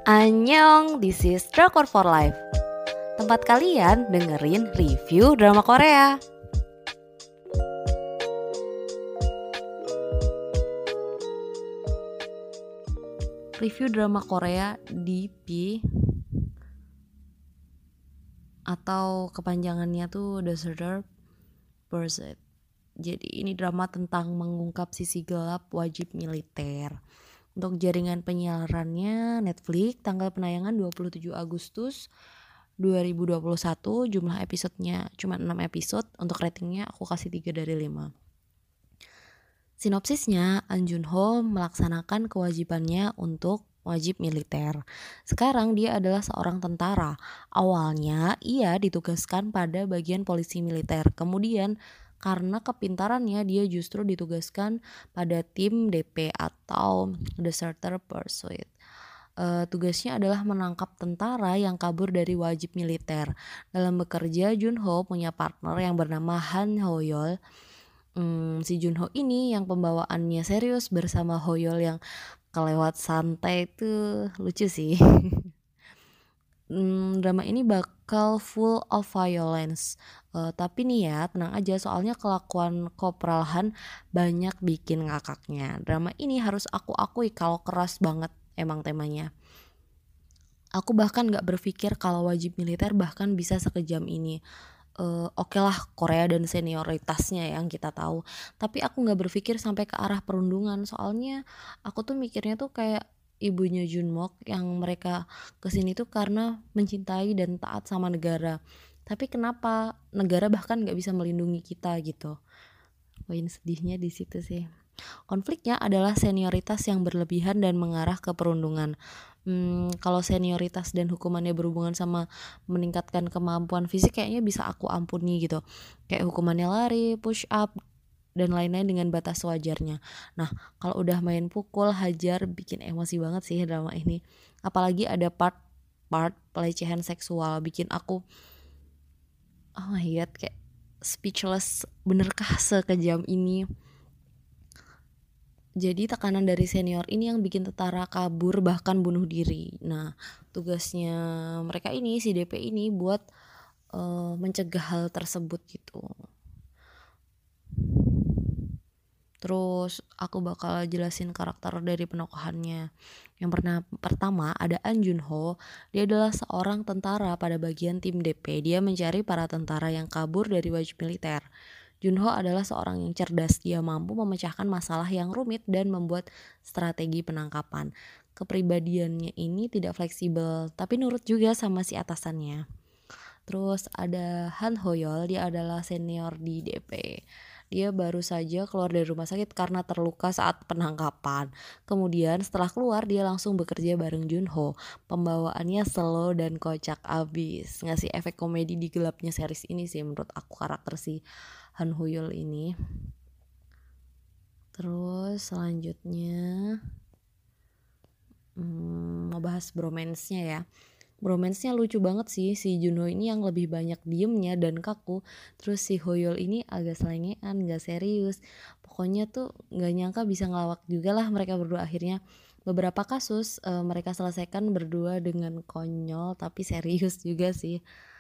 Annyeong, this is Drakor for Life. Tempat kalian dengerin review drama Korea. Review drama Korea DP atau kepanjangannya tuh Deserter Pursuit. Jadi ini drama tentang mengungkap sisi gelap wajib militer. Untuk jaringan penyiarannya Netflix, tanggal penayangan 27 Agustus 2021, jumlah episodenya cuma 6 episode. Untuk ratingnya aku kasih 3 dari 5. Sinopsisnya, An Junho melaksanakan kewajibannya untuk wajib militer. Sekarang dia adalah seorang tentara. Awalnya ia ditugaskan pada bagian polisi militer. Kemudian karena kepintarannya dia justru ditugaskan pada tim DP atau Deserter Pursuit. Tugasnya adalah menangkap tentara yang kabur dari wajib militer. Dalam bekerja, Junho punya partner yang bernama Han Hoyol. Si Junho ini yang pembawaannya serius bersama Hoyol yang kelewat santai itu lucu sih. Drama ini bakal full of violence. Tapi nih ya, tenang aja soalnya kelakuan Kopral Han banyak bikin ngakaknya. Drama ini harus aku akui kalau keras banget emang temanya. Aku bahkan gak berpikir kalau wajib militer bahkan bisa sekejam ini. Oke lah Korea dan senioritasnya yang kita tahu. Tapi aku gak berpikir sampai ke arah perundungan. Soalnya aku tuh mikirnya tuh kayak ibunya Junmok yang mereka kesini tuh karena mencintai dan taat sama negara. Tapi kenapa negara bahkan gak bisa melindungi kita gitu. Poin sedihnya di situ sih. Konfliknya adalah senioritas yang berlebihan dan mengarah ke perundungan. Kalau senioritas dan hukumannya berhubungan sama meningkatkan kemampuan fisik kayaknya bisa aku ampuni gitu. Kayak hukumannya lari, push up, dan lain-lain dengan batas wajarnya. Nah, kalau udah main pukul, hajar, bikin emosi banget sih drama ini. Apalagi ada part pelecehan seksual, bikin aku oh my god kayak speechless. Benerkah sekejam ini? Jadi tekanan dari senior ini yang bikin tentara kabur bahkan bunuh diri. Nah, tugasnya mereka ini si DP ini buat mencegah hal tersebut gitu. Terus aku bakal jelasin karakter dari penokohannya. Yang pertama ada An Junho. Dia adalah seorang tentara pada bagian tim DP. Dia mencari para tentara yang kabur dari wajib militer. Junho adalah seorang yang cerdas. Dia mampu memecahkan masalah yang rumit dan membuat strategi penangkapan. Kepribadiannya ini tidak fleksibel, tapi nurut juga sama si atasannya. Terus ada Han Hoyol, dia adalah senior di DP. Dia baru saja keluar dari rumah sakit karena terluka saat penangkapan. Kemudian setelah keluar dia langsung bekerja bareng Junho. Pembawaannya slow dan kocak abis. Ngasih efek komedi di gelapnya series ini sih menurut aku karakter si Han Hoyol ini. Terus selanjutnya mau bahas bromance-nya ya. Bromance-nya lucu banget sih, si Junho ini yang lebih banyak diemnya dan kaku. Terus si Hoyol ini agak selengean, gak serius. Pokoknya tuh gak nyangka bisa ngelawak juga lah mereka berdua akhirnya. Beberapa kasus mereka selesaikan berdua dengan konyol tapi serius juga sih.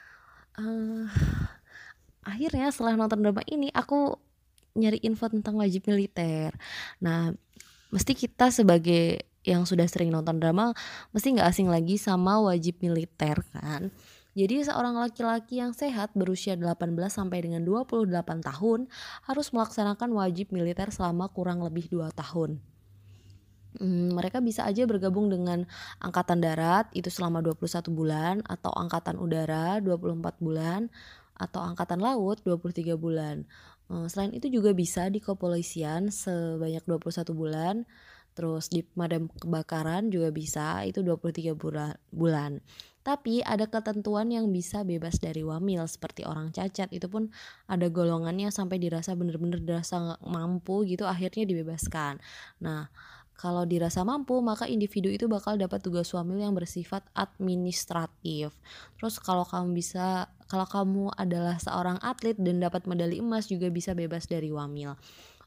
Akhirnya setelah nonton drama ini aku nyari info tentang wajib militer. Nah, mesti kita sebagai yang sudah sering nonton drama mesti gak asing lagi sama wajib militer kan. Jadi seorang laki-laki yang sehat berusia 18 sampai dengan 28 tahun harus melaksanakan wajib militer selama kurang lebih 2 tahun. Mereka bisa aja bergabung dengan angkatan darat itu selama 21 bulan atau angkatan udara 24 bulan atau angkatan laut 23 bulan. Selain itu juga bisa di kepolisian sebanyak 21 bulan. Terus di pemadam kebakaran juga bisa, itu 23 bulan. Tapi ada ketentuan yang bisa bebas dari wamil seperti orang cacat. Itu pun ada golongannya sampai dirasa bener-bener dirasa gak mampu gitu akhirnya dibebaskan. Nah, kalau dirasa mampu maka individu itu bakal dapat tugas wamil yang bersifat administratif. Terus kalau kamu adalah seorang atlet dan dapat medali emas juga bisa bebas dari wamil.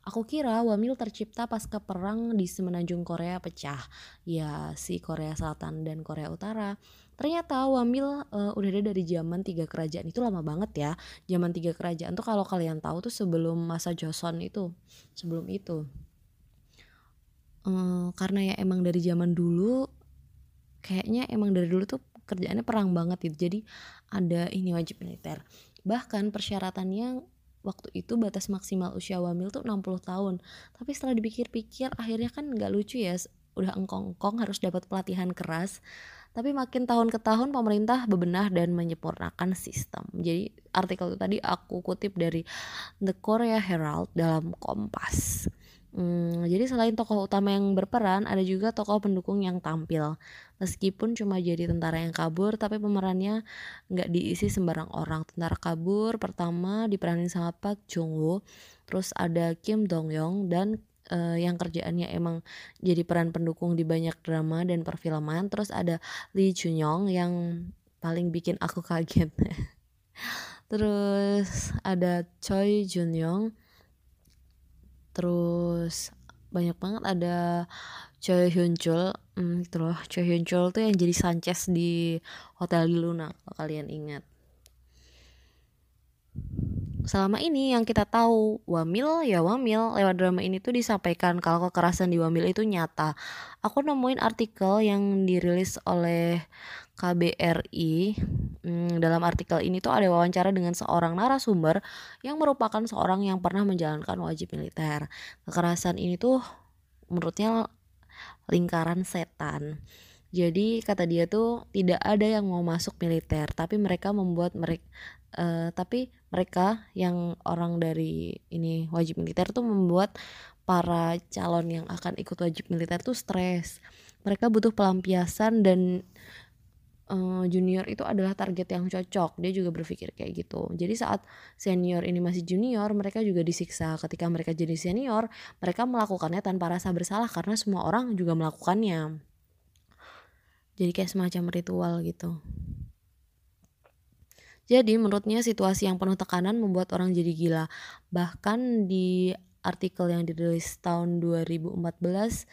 Aku kira Wamil tercipta pasca perang di semenanjung Korea pecah, ya si Korea Selatan dan Korea Utara. Ternyata Wamil udah ada dari zaman tiga kerajaan, itu lama banget ya. Zaman tiga kerajaan tuh kalau kalian tahu tuh sebelum masa Joseon itu, sebelum itu. Karena ya emang dari zaman dulu, kayaknya emang dari dulu tuh kerjaannya perang banget gitu. Jadi ada ini wajib militer. Bahkan persyaratannya waktu itu batas maksimal usia wamil tuh 60 tahun. Tapi setelah dipikir-pikir akhirnya kan nggak lucu ya. Udah engkong-engkong harus dapat pelatihan keras. Tapi makin tahun ke tahun pemerintah bebenah dan menyempurnakan sistem. Jadi artikel itu tadi aku kutip dari The Korea Herald dalam Kompas. Jadi selain tokoh utama yang berperan, ada juga tokoh pendukung yang tampil. Meskipun cuma jadi tentara yang kabur, tapi pemerannya nggak diisi sembarang orang. Tentara kabur pertama diperanin sama Park Jong Woo, terus ada Kim Dong Yong dan yang kerjaannya emang jadi peran pendukung di banyak drama dan perfilman. Terus ada Lee Chun Young yang paling bikin aku kaget. Terus ada Choi Jun Young. Terus banyak banget ada Choi Hyun Chul, gitu loh. Choi Hyun Chul tuh yang jadi Sanchez di Hotel Luna kalau kalian ingat. Selama ini yang kita tahu Wamil ya Wamil, lewat drama ini tuh disampaikan kalau kekerasan di Wamil itu nyata. Aku nemuin artikel yang dirilis oleh KBRI. Dalam artikel ini tuh ada wawancara dengan seorang narasumber yang merupakan seorang yang pernah menjalankan wajib militer. Kekerasan ini tuh menurutnya lingkaran setan. Jadi kata dia tuh tidak ada yang mau masuk militer, tapi mereka yang orang dari ini wajib militer tuh membuat para calon yang akan ikut wajib militer tuh stres. Mereka butuh pelampiasan dan junior itu adalah target yang cocok. Dia juga berpikir kayak gitu. Jadi saat senior ini masih junior, mereka juga disiksa. Ketika mereka jadi senior, mereka melakukannya tanpa rasa bersalah karena semua orang juga melakukannya. Jadi kayak semacam ritual gitu. Jadi menurutnya situasi yang penuh tekanan membuat orang jadi gila. Bahkan di artikel yang dirilis tahun 2014,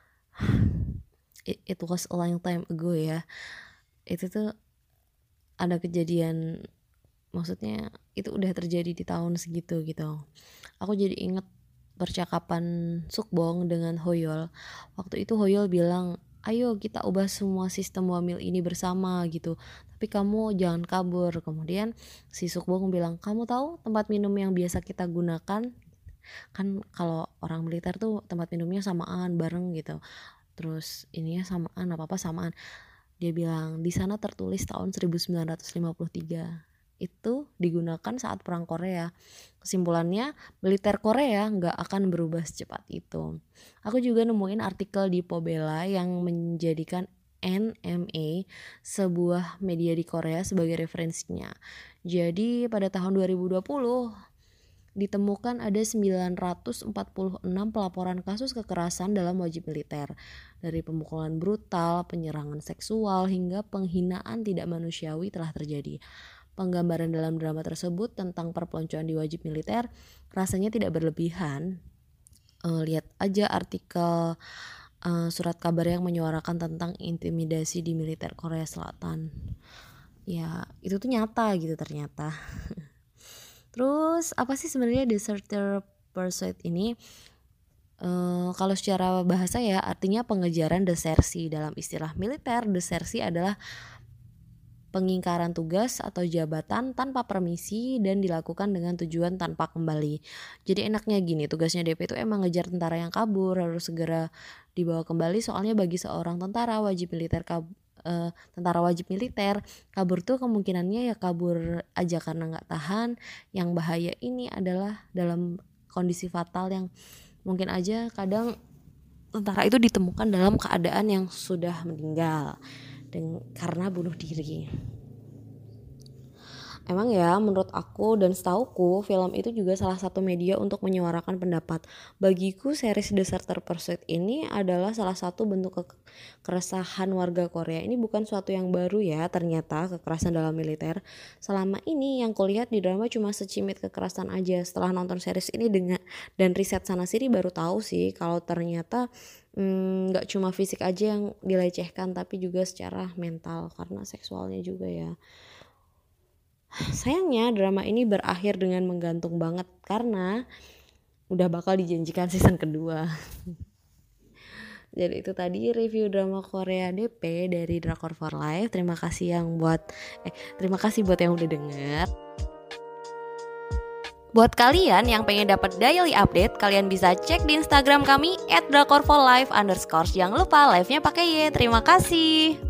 it was a long time ago ya. Itu tuh ada kejadian, maksudnya itu udah terjadi di tahun segitu gitu. Aku jadi inget percakapan Sukbong dengan Hoyol. Waktu itu Hoyol bilang, ayo kita ubah semua sistem wamil ini bersama gitu, tapi kamu jangan kabur. Kemudian si Sukbong bilang, kamu tahu tempat minum yang biasa kita gunakan? Kan kalau orang militer tuh tempat minumnya samaan bareng gitu, terus ininya samaan, apa-apa samaan. Dia bilang di sana tertulis tahun 1953. Itu digunakan saat perang Korea. Kesimpulannya militer Korea nggak akan berubah secepat itu. Aku juga nemuin artikel di Pobela yang menjadikan NMA sebuah media di Korea sebagai referensinya. Jadi pada tahun 2020 ditemukan ada 946 pelaporan kasus kekerasan dalam wajib militer. Dari pemukulan brutal, penyerangan seksual, hingga penghinaan tidak manusiawi telah terjadi. Penggambaran dalam drama tersebut tentang perpeloncoan di wajib militer rasanya tidak berlebihan. Lihat aja artikel surat kabar yang menyuarakan tentang intimidasi di militer Korea Selatan. Ya, itu tuh nyata gitu ternyata. Terus apa sih sebenarnya deserter pursuit ini? Kalau secara bahasa ya artinya pengejaran desersi. Dalam istilah militer, desersi adalah pengingkaran tugas atau jabatan tanpa permisi dan dilakukan dengan tujuan tanpa kembali. Jadi enaknya gini, tugasnya DP itu emang ngejar tentara yang kabur, harus segera dibawa kembali. Soalnya bagi seorang tentara wajib militer kabur tuh kemungkinannya ya kabur aja karena nggak tahan. Yang bahaya ini adalah dalam kondisi fatal yang mungkin aja kadang tentara itu ditemukan dalam keadaan yang sudah meninggal karena bunuh diri. Emang ya, menurut aku dan setauku, film itu juga salah satu media untuk menyuarakan pendapat. Bagiku, series The Starter Pursuit ini adalah salah satu bentuk keresahan warga Korea. Ini bukan suatu yang baru ya, ternyata kekerasan dalam militer. Selama ini yang kulihat di drama cuma secimit kekerasan aja. Setelah nonton series ini dan riset sana sini baru tahu sih kalau ternyata nggak cuma fisik aja yang dilecehkan, tapi juga secara mental karena seksualnya juga ya. Sayangnya drama ini berakhir dengan menggantung banget karena udah bakal dijanjikan season kedua. Jadi itu tadi review drama Korea DP dari Drakor for Life. Terima kasih buat yang udah denger. Buat kalian yang pengen dapat daily update, kalian bisa cek di Instagram kami @drakorforlife_. Jangan lupa live-nya pakai Y. Terima kasih.